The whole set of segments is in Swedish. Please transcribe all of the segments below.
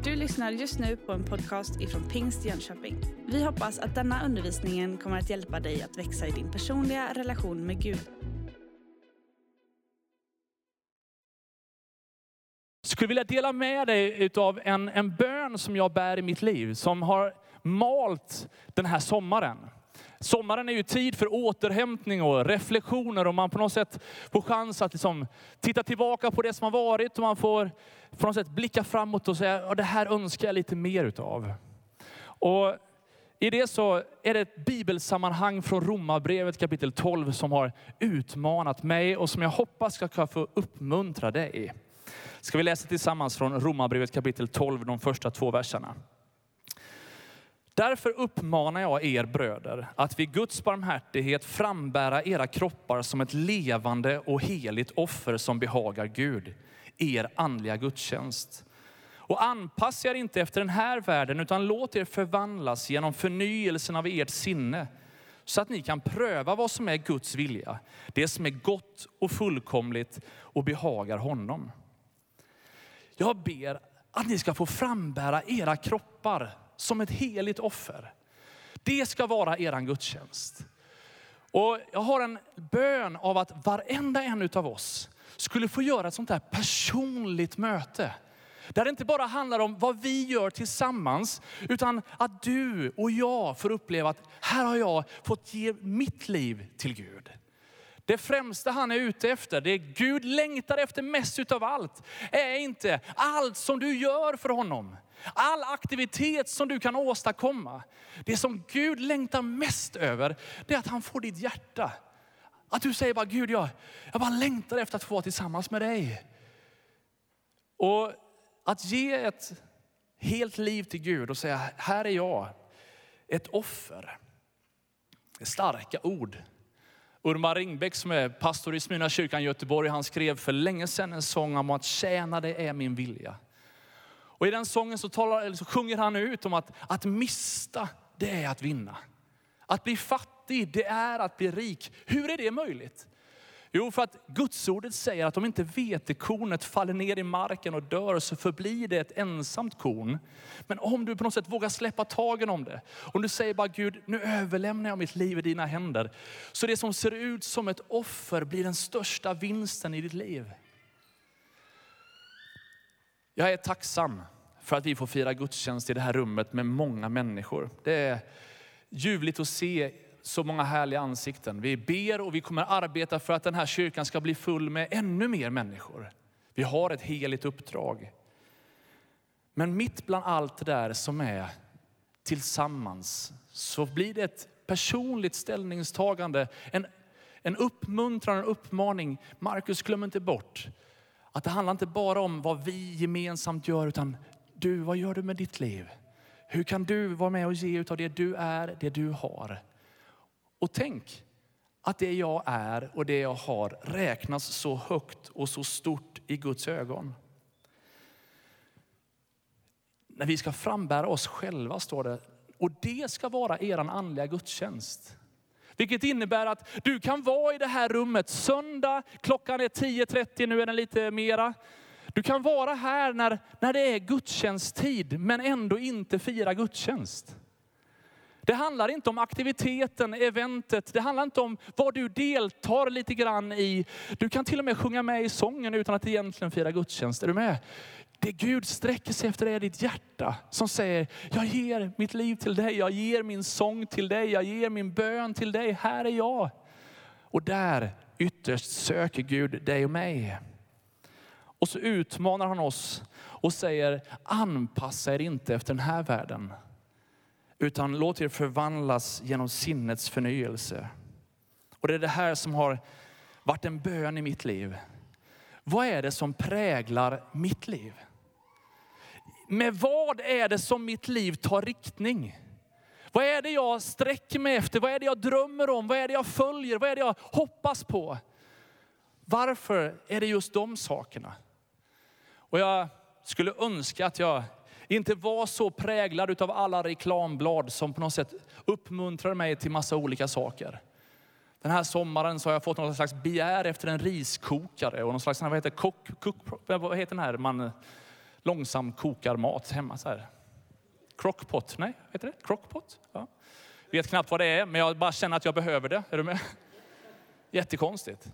Du lyssnar just nu på en podcast ifrån Pingst Jönköping. Vi hoppas att denna undervisningen kommer att hjälpa dig att växa i din personliga relation med Gud. Jag skulle vilja dela med dig av en bön som jag bär i mitt liv. Som har malt den här sommaren. Sommaren är ju tid för återhämtning och reflektioner. Och man på något sätt får chans att liksom titta tillbaka på det som har varit. Och man får på något sätt blicka framåt och säga att det här önskar jag lite mer utav. Och i det så är det ett bibelsammanhang från Romarbrevet kapitel 12 som har utmanat mig. Och som jag hoppas ska få uppmuntra dig. Ska vi läsa tillsammans från Romarbrevet kapitel 12, de första 2 verserna. Därför uppmanar jag er bröder att vid Guds barmhärtighet frambära era kroppar som ett levande och heligt offer som behagar Gud, er andliga gudstjänst. Och anpassa er inte efter den här världen utan låt er förvandlas genom förnyelsen av ert sinne så att ni kan pröva vad som är Guds vilja, det som är gott och fullkomligt och behagar honom. Jag ber att ni ska få frambära era kroppar som ett heligt offer. Det ska vara eran gudstjänst. Och jag har en bön av att varenda en utav oss skulle få göra ett sånt här personligt möte. Där det inte bara handlar om vad vi gör tillsammans. Utan att du och jag får uppleva att här har jag fått ge mitt liv till Gud. Det främsta han är ute efter, det Gud längtar efter mest utav allt, är inte allt som du gör för honom. All aktivitet som du kan åstadkomma. Det som Gud längtar mest över, det är att han får ditt hjärta. Att du säger bara, Gud, jag bara längtar efter att få vara tillsammans med dig. Och att ge ett helt liv till Gud och säga, här är jag, ett offer. Starka ord. Urma Ringbäck som är pastor i Smyrna kyrkan i Göteborg, han skrev för länge sedan en sång om att tjäna det är min vilja. Och i den sången så sjunger han ut om att mista, det är att vinna. Att bli fattig, det är att bli rik. Hur är det möjligt? Jo, för att Gudsordet säger att om inte vetekornet faller ner i marken och dör så förblir det ett ensamt korn. Men om du på något sätt vågar släppa tagen om det. Om du säger bara, Gud, nu överlämnar jag mitt liv i dina händer. Så det som ser ut som ett offer blir den största vinsten i ditt liv. Jag är tacksam för att vi får fira gudstjänst i det här rummet med många människor. Det är ljuvligt att se så många härliga ansikten. Vi ber och vi kommer arbeta för att den här kyrkan ska bli full med ännu mer människor. Vi har ett heligt uppdrag. Men mitt bland allt det där som är tillsammans så blir det ett personligt ställningstagande. En uppmuntran, en uppmaning. Markus, glöm inte bort att det handlar inte bara om vad vi gemensamt gör utan du, vad gör du med ditt liv? Hur kan du vara med och ge utav det du är, det du har? Och tänk att det jag är och det jag har räknas så högt och så stort i Guds ögon. När vi ska frambära oss själva står det. Och det ska vara eran andliga gudstjänst. Vilket innebär att du kan vara i det här rummet söndag. Klockan är 10:30, nu är den lite mera. Du kan vara här när det är gudstjänsttid men ändå inte fira gudstjänst. Det handlar inte om aktiviteten, eventet. Det handlar inte om vad du deltar lite grann i. Du kan till och med sjunga med i sången utan att egentligen fira gudstjänst. Är du med? Det Gud sträcker sig efter är ditt hjärta som säger, jag ger mitt liv till dig. Jag ger min sång till dig. Jag ger min bön till dig. Här är jag. Och där ytterst söker Gud dig och mig. Och så utmanar han oss och säger, anpassa er inte efter den här världen. Utan låt er förvandlas genom sinnets förnyelse. Och det är det här som har varit en bön i mitt liv. Vad är det som präglar mitt liv? Med vad är det som mitt liv tar riktning? Vad är det jag sträcker mig efter? Vad är det jag drömmer om? Vad är det jag följer? Vad är det jag hoppas på? Varför är det just de sakerna? Och jag skulle önska att jag inte var så präglad utav alla reklamblad som på något sätt uppmuntrar mig till massa olika saker. Den här sommaren så har jag fått något slags begär efter en riskokare och någon slags, vad heter den här långsamt kokar mat hemma så här. Crockpot, nej, heter det? Crockpot? Ja. Vet knappt vad det är, men jag bara känner att jag behöver det. Är du med? Jättekonstigt.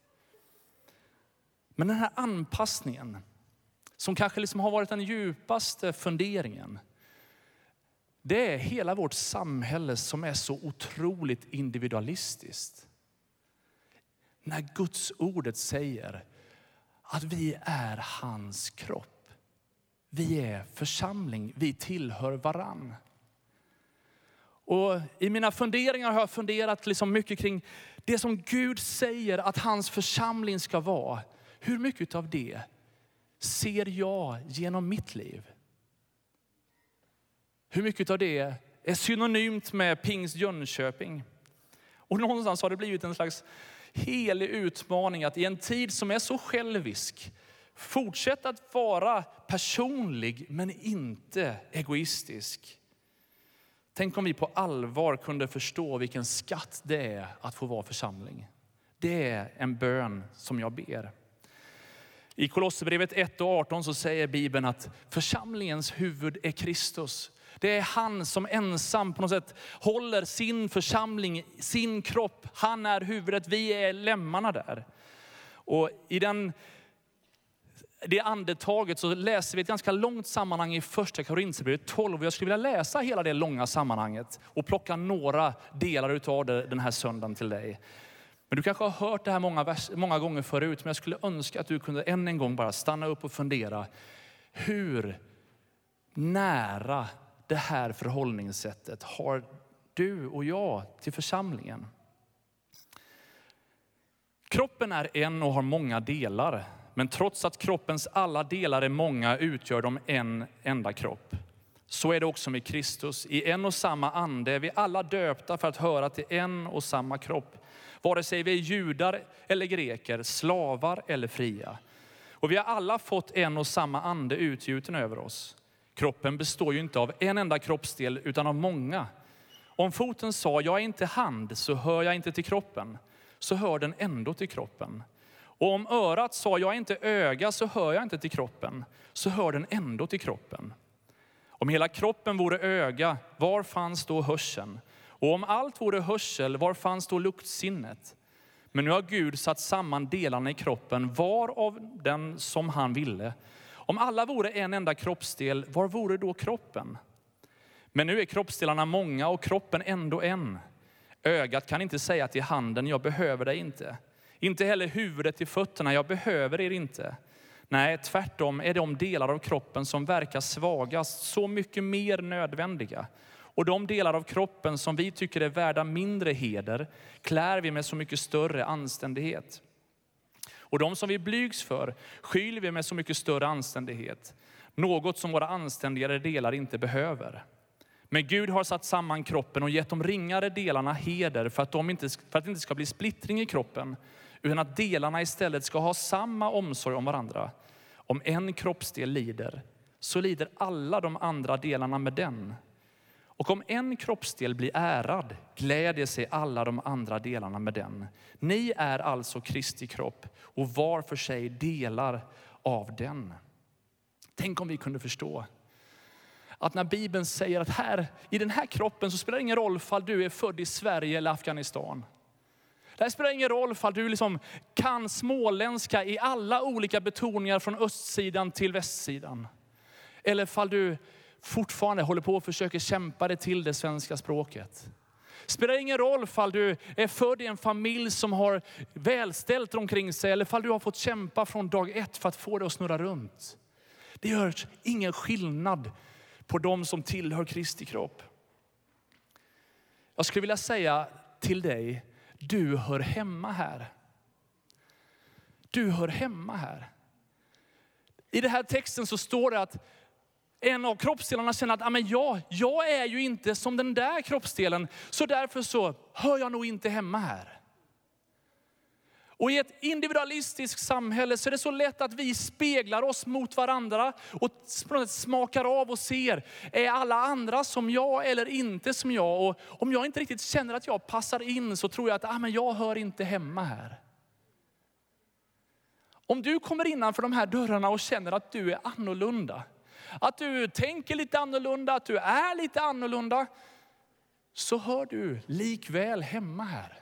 Men den här anpassningen, som kanske liksom har varit den djupaste funderingen, det är hela vårt samhälle som är så otroligt individualistiskt. När Guds ordet säger att vi är hans kropp. Vi är församling, vi tillhör varann. Och i mina funderingar har jag funderat liksom mycket kring det som Gud säger att hans församling ska vara. Hur mycket av det ser jag genom mitt liv? Hur mycket av det är synonymt med Pingst Jönköping? Och någonstans har det blivit en slags helig utmaning att i en tid som är så självisk fortsätta att vara personlig men inte egoistisk. Tänk om vi på allvar kunde förstå vilken skatt det är att få vara församling. Det är en bön som jag ber. I Kolosserbrevet 1:18 så säger Bibeln att församlingens huvud är Kristus. Det är han som ensam på något sätt håller sin församling, sin kropp. Han är huvudet, vi är lemmarna där. Och i det andetaget så läser vi ett ganska långt sammanhang i första Korinthierbrevet 12. Jag skulle vilja läsa hela det långa sammanhanget och plocka några delar utav det den här söndagen till dig. Men du kanske har hört det här många gånger förut, men jag skulle önska att du kunde än en gång bara stanna upp och fundera. Hur nära det här förhållningssättet har du och jag till församlingen? Kroppen är en och har många delar. Men trots att kroppens alla delar är många utgör de en enda kropp. Så är det också med Kristus. I en och samma ande är vi alla döpta för att höra till en och samma kropp. Vare sig vi är judar eller greker, slavar eller fria. Och vi har alla fått en och samma ande utgjuten över oss. Kroppen består ju inte av en enda kroppsdel utan av många. Om foten sa jag är inte hand så hör jag inte till kroppen. Så hör den ändå till kroppen. Och om örat sa jag är inte öga så hör jag inte till kroppen. Så hör den ändå till kroppen. Om hela kroppen vore öga, var fanns då hörseln? Och om allt vore hörsel, var fanns då luktsinnet? Men nu har Gud satt samman delarna i kroppen, var av den som han ville. Om alla vore en enda kroppsdel, var vore då kroppen? Men nu är kroppsdelarna många och kroppen ändå en. Ögat kan inte säga till handen, jag behöver dig inte. Inte heller huvudet till fötterna, jag behöver er inte. Nej, tvärtom är de delar av kroppen som verkar svagast så mycket mer nödvändiga. Och de delar av kroppen som vi tycker är värda mindre heder klär vi med så mycket större anständighet. Och de som vi blygs för skyller vi med så mycket större anständighet. Något som våra anständigare delar inte behöver. Men Gud har satt samman kroppen och gett de ringare delarna heder för att det inte ska bli splittring i kroppen. Utan att delarna istället ska ha samma omsorg om varandra. Om en kroppsdel lider, så lider alla de andra delarna med den. Och om en kroppsdel blir ärad, glädjer sig alla de andra delarna med den. Ni är alltså Kristi kropp och var för sig delar av den. Tänk om vi kunde förstå att när Bibeln säger att här i den här kroppen så spelar det ingen roll om du är född i Sverige eller Afghanistan. Det spelar ingen roll om du liksom kan småländska i alla olika betoningar från östsidan till västsidan. Eller om du fortfarande håller på och försöker kämpa dig till det svenska språket. Spelar ingen roll om du är född i en familj som har välställt omkring sig. Eller om du har fått kämpa från dag ett för att få det att snurra runt. Det gör ingen skillnad på de som tillhör Kristi kropp. Jag skulle vilja säga till dig, du hör hemma här. Du hör hemma här. I den här texten så står det att en av kroppsdelarna känner att jag är ju inte som den där kroppsdelen. Så därför så hör jag nog inte hemma här. Och i ett individualistiskt samhälle så är det så lätt att vi speglar oss mot varandra och smakar av och ser, är alla andra som jag eller inte som jag? Och om jag inte riktigt känner att jag passar in så tror jag att jag hör inte hemma här. Om du kommer innanför de här dörrarna och känner att du är annorlunda, att du tänker lite annorlunda, att du är lite annorlunda, så hör du likväl hemma här.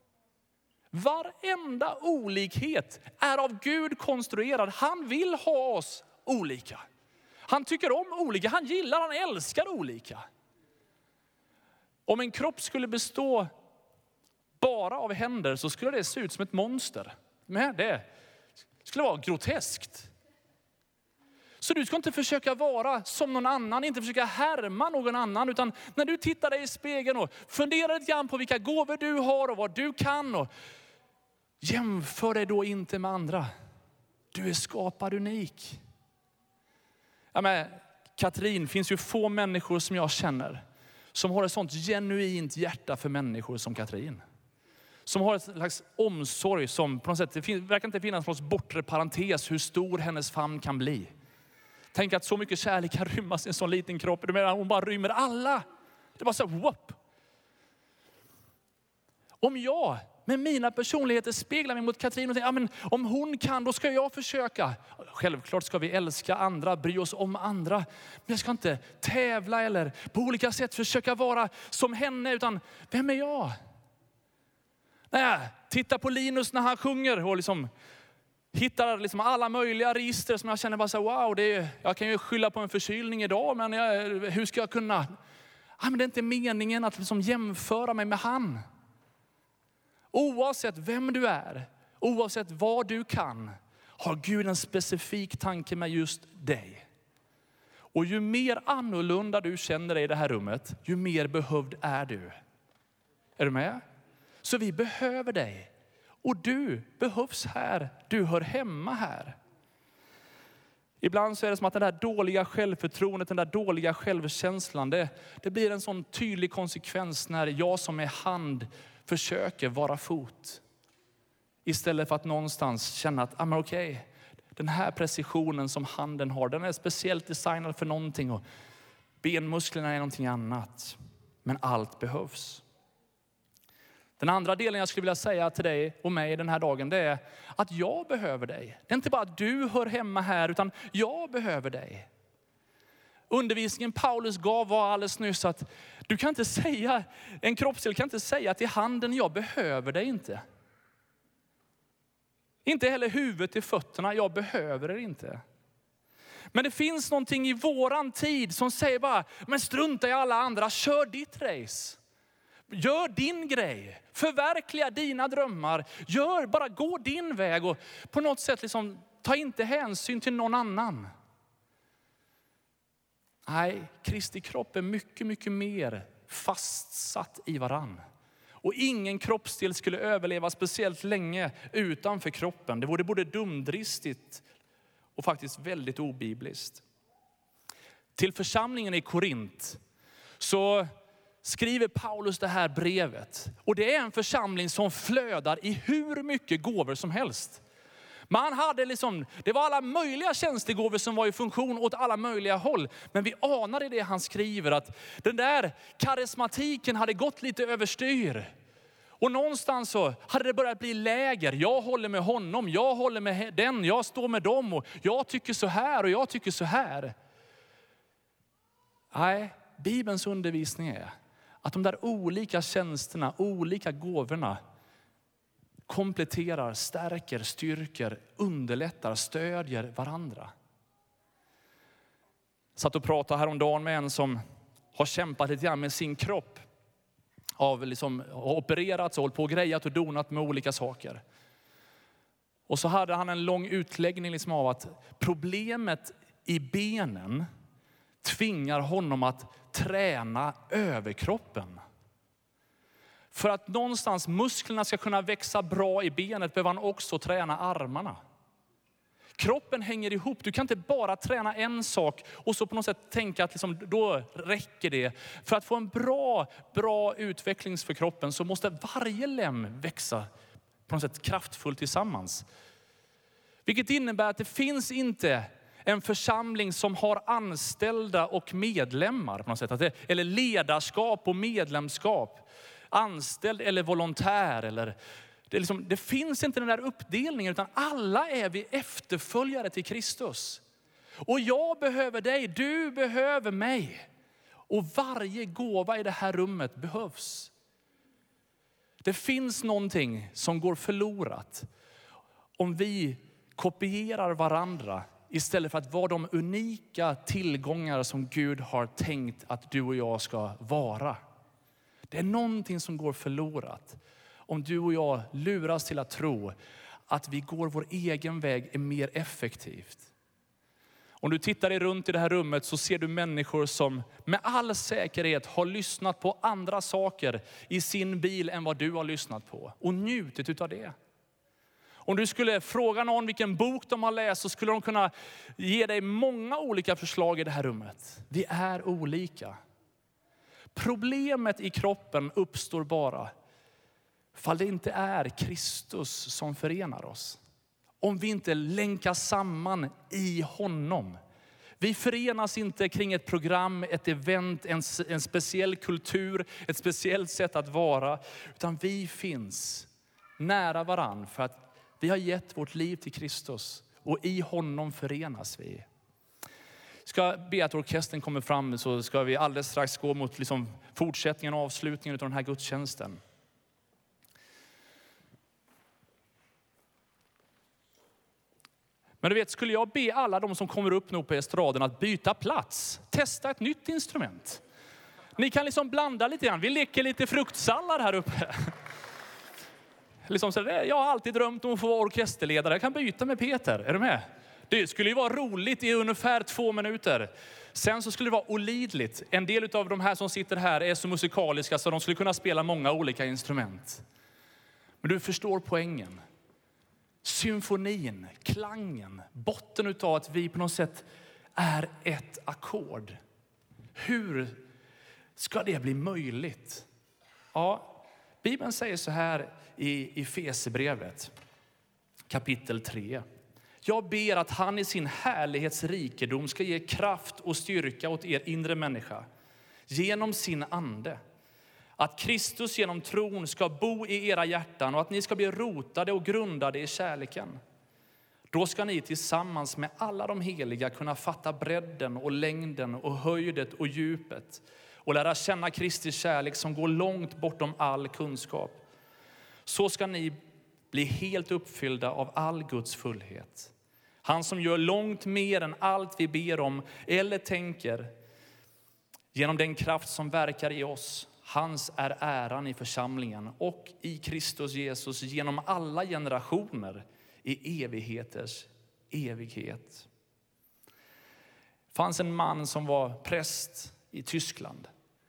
Varenda olikhet är av Gud konstruerad. Han vill ha oss olika. Han tycker om olika, han gillar, han älskar olika. Om en kropp skulle bestå bara av händer så skulle det se ut som ett monster. Men det skulle vara groteskt. Så du ska inte försöka vara som någon annan, inte försöka härma någon annan. Utan när du tittar dig i spegeln och funderar lite grann på vilka gåvor du har och vad du kan. Och jämför dig då inte med andra. Du är skapad unik. Ja, men Katrin, finns ju få människor som jag känner som har ett sånt genuint hjärta för människor som Katrin. Som har ett slags omsorg som på något sätt, det verkar inte finnas någon bortre parentes hur stor hennes famn kan bli. Tänk att så mycket kärlek kan rymmas i en sån liten kropp. Du menar, hon bara rymmer alla. Det är bara så whoop. Om jag med mina personligheter speglar mig mot Katrin och tänker, ja, men om hon kan, då ska jag försöka. Självklart ska vi älska andra, bry oss om andra. Men jag ska inte tävla eller på olika sätt försöka vara som henne, utan vem är jag? Titta på Linus när han sjunger och liksom hittar liksom alla möjliga register som jag känner bara så wow, jag kan ju skylla på en förkylning idag, men hur ska jag kunna? Men det är inte meningen att liksom jämföra mig med han. Oavsett vem du är, oavsett vad du kan, har Gud en specifik tanke med just dig. Och ju mer annorlunda du känner dig i det här rummet, ju mer behövd är du. Är du med? Så vi behöver dig. Och du behövs här. Du hör hemma här. Ibland så är det som att det där dåliga självförtroendet, den där dåliga självkänslan, det blir en sån tydlig konsekvens när jag som är hand försöker vara fot. Istället för att någonstans känna att okej, den här precisionen som handen har, den är speciellt designad för någonting och benmusklerna är någonting annat. Men allt behövs. Den andra delen jag skulle vilja säga till dig och mig den här dagen, det är att jag behöver dig. Det är inte bara att du hör hemma här, utan jag behöver dig. Undervisningen Paulus gav var alldeles nyss att du kan inte säga, en kroppsdel kan inte säga till handen, jag behöver dig inte. Inte heller huvudet till fötterna, jag behöver det inte. Men det finns någonting i våran tid som säger bara, men strunta i alla andra, kör ditt race. Gör din grej, förverkliga dina drömmar, bara gå din väg och på något sätt liksom, ta inte hänsyn till någon annan. Nej, Kristi kropp är mycket, mycket mer fastsatt i varann. Och ingen kroppsdel skulle överleva speciellt länge utanför kroppen. Det vore både dumdristigt och faktiskt väldigt obibliskt. Till församlingen i Korint så skriver Paulus det här brevet. Och det är en församling som flödar i hur mycket gåvor som helst. Man hade det var alla möjliga tjänstegåvor som var i funktion åt alla möjliga håll. Men vi anar i det han skriver att den där karismatiken hade gått lite överstyr. Och någonstans så hade det börjat bli läger. Jag håller med honom, jag håller med den, jag står med dem och jag tycker så här och jag tycker så här. Nej, Bibelns undervisning är att de där olika tjänsterna, olika gåvorna kompletterar, stärker, styrker, underlättar, stödjer varandra. Satt och pratade häromdagen med en som har kämpat lite grann med sin kropp. Har opererats och hållit på och grejat och donat med olika saker. Och så hade han en lång utläggning av att problemet i benen tvingar honom att träna överkroppen. För att någonstans musklerna ska kunna växa bra i benet behöver han också träna armarna. Kroppen hänger ihop. Du kan inte bara träna en sak och så på något sätt tänka att då räcker det. För att få en bra utveckling för kroppen så måste varje lem växa på något sätt kraftfullt tillsammans. Vilket innebär att det finns inte en församling som har anställda och medlemmar på något sätt. Eller ledarskap och medlemskap. Anställd eller volontär. Det finns inte den där uppdelningen, utan alla är vi efterföljare till Kristus. Och jag behöver dig, du behöver mig. Och varje gåva i det här rummet behövs. Det finns någonting som går förlorat om vi kopierar varandra istället för att vara de unika tillgångar som Gud har tänkt att du och jag ska vara. Det är någonting som går förlorat om du och jag luras till att tro att vi går vår egen väg är mer effektivt. Om du tittar dig runt i det här rummet så ser du människor som med all säkerhet har lyssnat på andra saker i sin bil än vad du har lyssnat på. Och njutit utav det. Om du skulle fråga någon vilken bok de har läst så skulle de kunna ge dig många olika förslag i det här rummet. Vi är olika. Problemet i kroppen uppstår bara fall det inte är Kristus som förenar oss. Om vi inte länkas samman i honom. Vi förenas inte kring ett program, ett event, en speciell kultur, ett speciellt sätt att vara. Utan vi finns nära varann för att vi har gett vårt liv till Kristus. Och i honom förenas vi. Ska be att orkestern kommer fram så ska vi alldeles strax gå mot fortsättningen och avslutningen av den här gudstjänsten. Men du vet, skulle jag be alla de som kommer upp nu på estraden att byta plats, testa ett nytt instrument. Ni kan blanda lite grann. Vi leker lite fruktsallad här uppe. Jag har alltid drömt om att få vara orkesterledare. Jag kan byta med Peter. Är du med? Det skulle ju vara roligt i ungefär 2 minuter. Sen så skulle det vara olidligt. En del av de här som sitter här är så musikaliska så de skulle kunna spela många olika instrument. Men du förstår poängen. Symfonin, klangen, botten utav att vi på något sätt är ett ackord. Hur ska det bli möjligt? Ja, Bibeln säger så här i Efesierbrevet kapitel 3. Jag ber att han i sin härlighetsrikedom ska ge kraft och styrka åt er inre människa genom sin ande. Att Kristus genom tron ska bo i era hjärtan och att ni ska bli rotade och grundade i kärleken. Då ska ni tillsammans med alla de heliga kunna fatta bredden och längden och höjdet och djupet. Och lära känna Kristi kärlek som går långt bortom all kunskap. Så ska ni bli helt uppfyllda av all Guds fullhet. Han som gör långt mer än allt vi ber om eller tänker. Genom den kraft som verkar i oss. Hans är äran i församlingen och i Kristus Jesus genom alla generationer i evigheters evighet. Det fanns en man som var präst i Tyskland.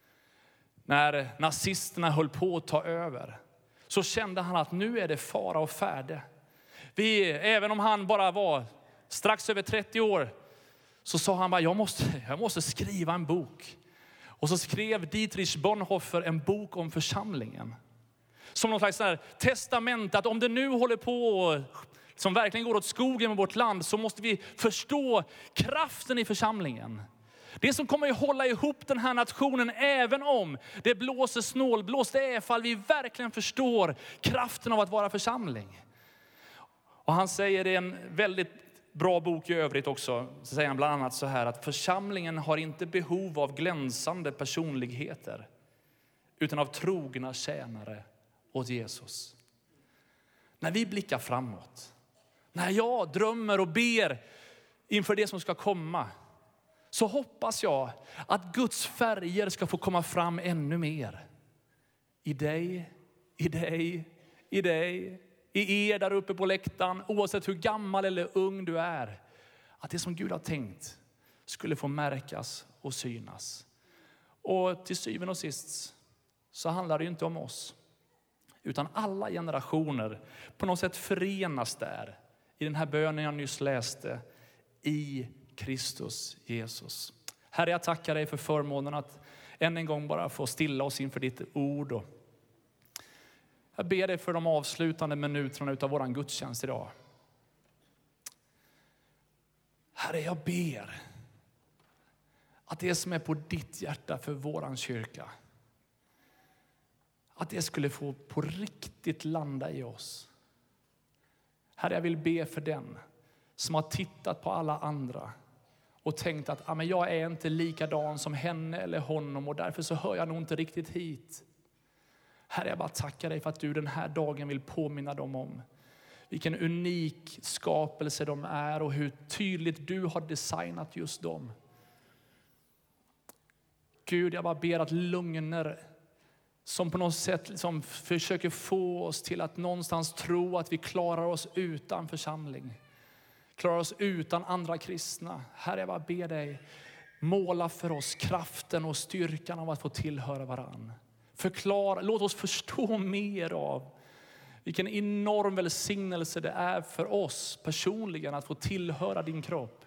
När nazisterna höll på att ta över så kände han att nu är det fara och färde. Även om han bara var strax över 30 år så sa han bara jag måste skriva en bok. Och så skrev Dietrich Bonhoeffer en bok om församlingen. Som någon slags testament att om det nu håller på som verkligen går åt skogen med vårt land så måste vi förstå kraften i församlingen. Det som kommer att hålla ihop den här nationen även om det blåser snålblås, det är ifall vi verkligen förstår kraften av att vara församling. Och han säger i en väldigt bra bok i övrigt också, så säger han bland annat så här att församlingen har inte behov av glänsande personligheter utan av trogna tjänare åt Jesus. När vi blickar framåt, när jag drömmer och ber inför det som ska komma, så hoppas jag att Guds färger ska få komma fram ännu mer. I dig, i dig, i dig, i er där uppe på läktaren, oavsett hur gammal eller ung du är. Att det som Gud har tänkt skulle få märkas och synas. Och till syvende och sist så handlar det ju inte om oss. Utan alla generationer på något sätt förenas där. I den här bönen jag nyss läste. I Kristus Jesus. Herre, jag tackar dig för förmånen att än en gång bara få stilla oss inför ditt ord. Och jag ber dig för de avslutande minuterna utav våran gudstjänst idag. Herre, jag ber att det som är på ditt hjärta för våran kyrka, Att det skulle få på riktigt landa i oss. Herre, jag vill be för den som har tittat på alla andra och tänkt att men jag är inte likadan som henne eller honom och därför så hör jag nog inte riktigt hit. Herre, jag bara tackar dig för att du den här dagen vill påminna dem om vilken unik skapelse de är och hur tydligt du har designat just dem. Gud, jag bara ber att lögner som på något sätt som försöker få oss till att någonstans tro att vi klarar oss utan församling. Klarar oss utan andra kristna. Herre, jag bara ber dig måla för oss kraften och styrkan av att få tillhöra varann. Förklara, låt oss förstå mer av vilken enorm välsignelse det är för oss personligen att få tillhöra din kropp.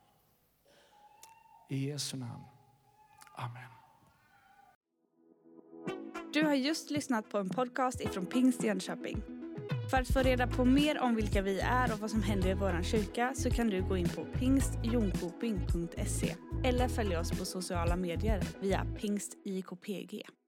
I Jesu namn. Amen. Du har just lyssnat på en podcast ifrån Pingst Jönköping. För att få reda på mer om vilka vi är och vad som händer i vår kyrka så kan du gå in på pingstjonkoping.se eller följa oss på sociala medier via pingstjkpg.